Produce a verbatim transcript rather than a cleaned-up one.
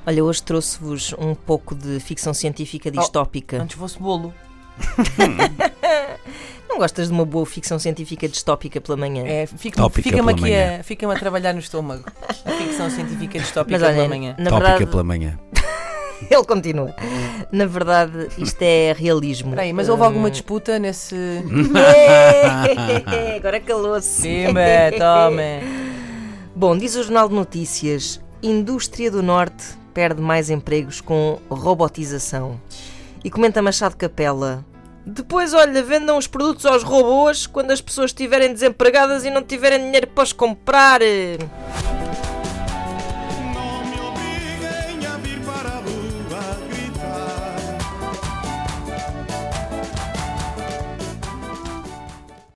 Olha, hoje trouxe-vos um pouco de ficção científica distópica. Oh, antes fosse bolo. Não gostas de uma boa ficção científica distópica pela manhã? É, fica-me fica aqui a, fica a trabalhar no estômago. A ficção científica distópica. Mas, olha, pela manhã. Tópica verdade... pela manhã. Ele continua. Na verdade, isto é realismo. Peraí, mas houve alguma disputa nesse... Agora calou-se. Simba, toma. Bom, diz o Jornal de Notícias: Indústria do Norte perde mais empregos com robotização. E comenta Machado Capela: depois, olha, vendam os produtos aos robôs quando as pessoas estiverem desempregadas e não tiverem dinheiro para os comprar.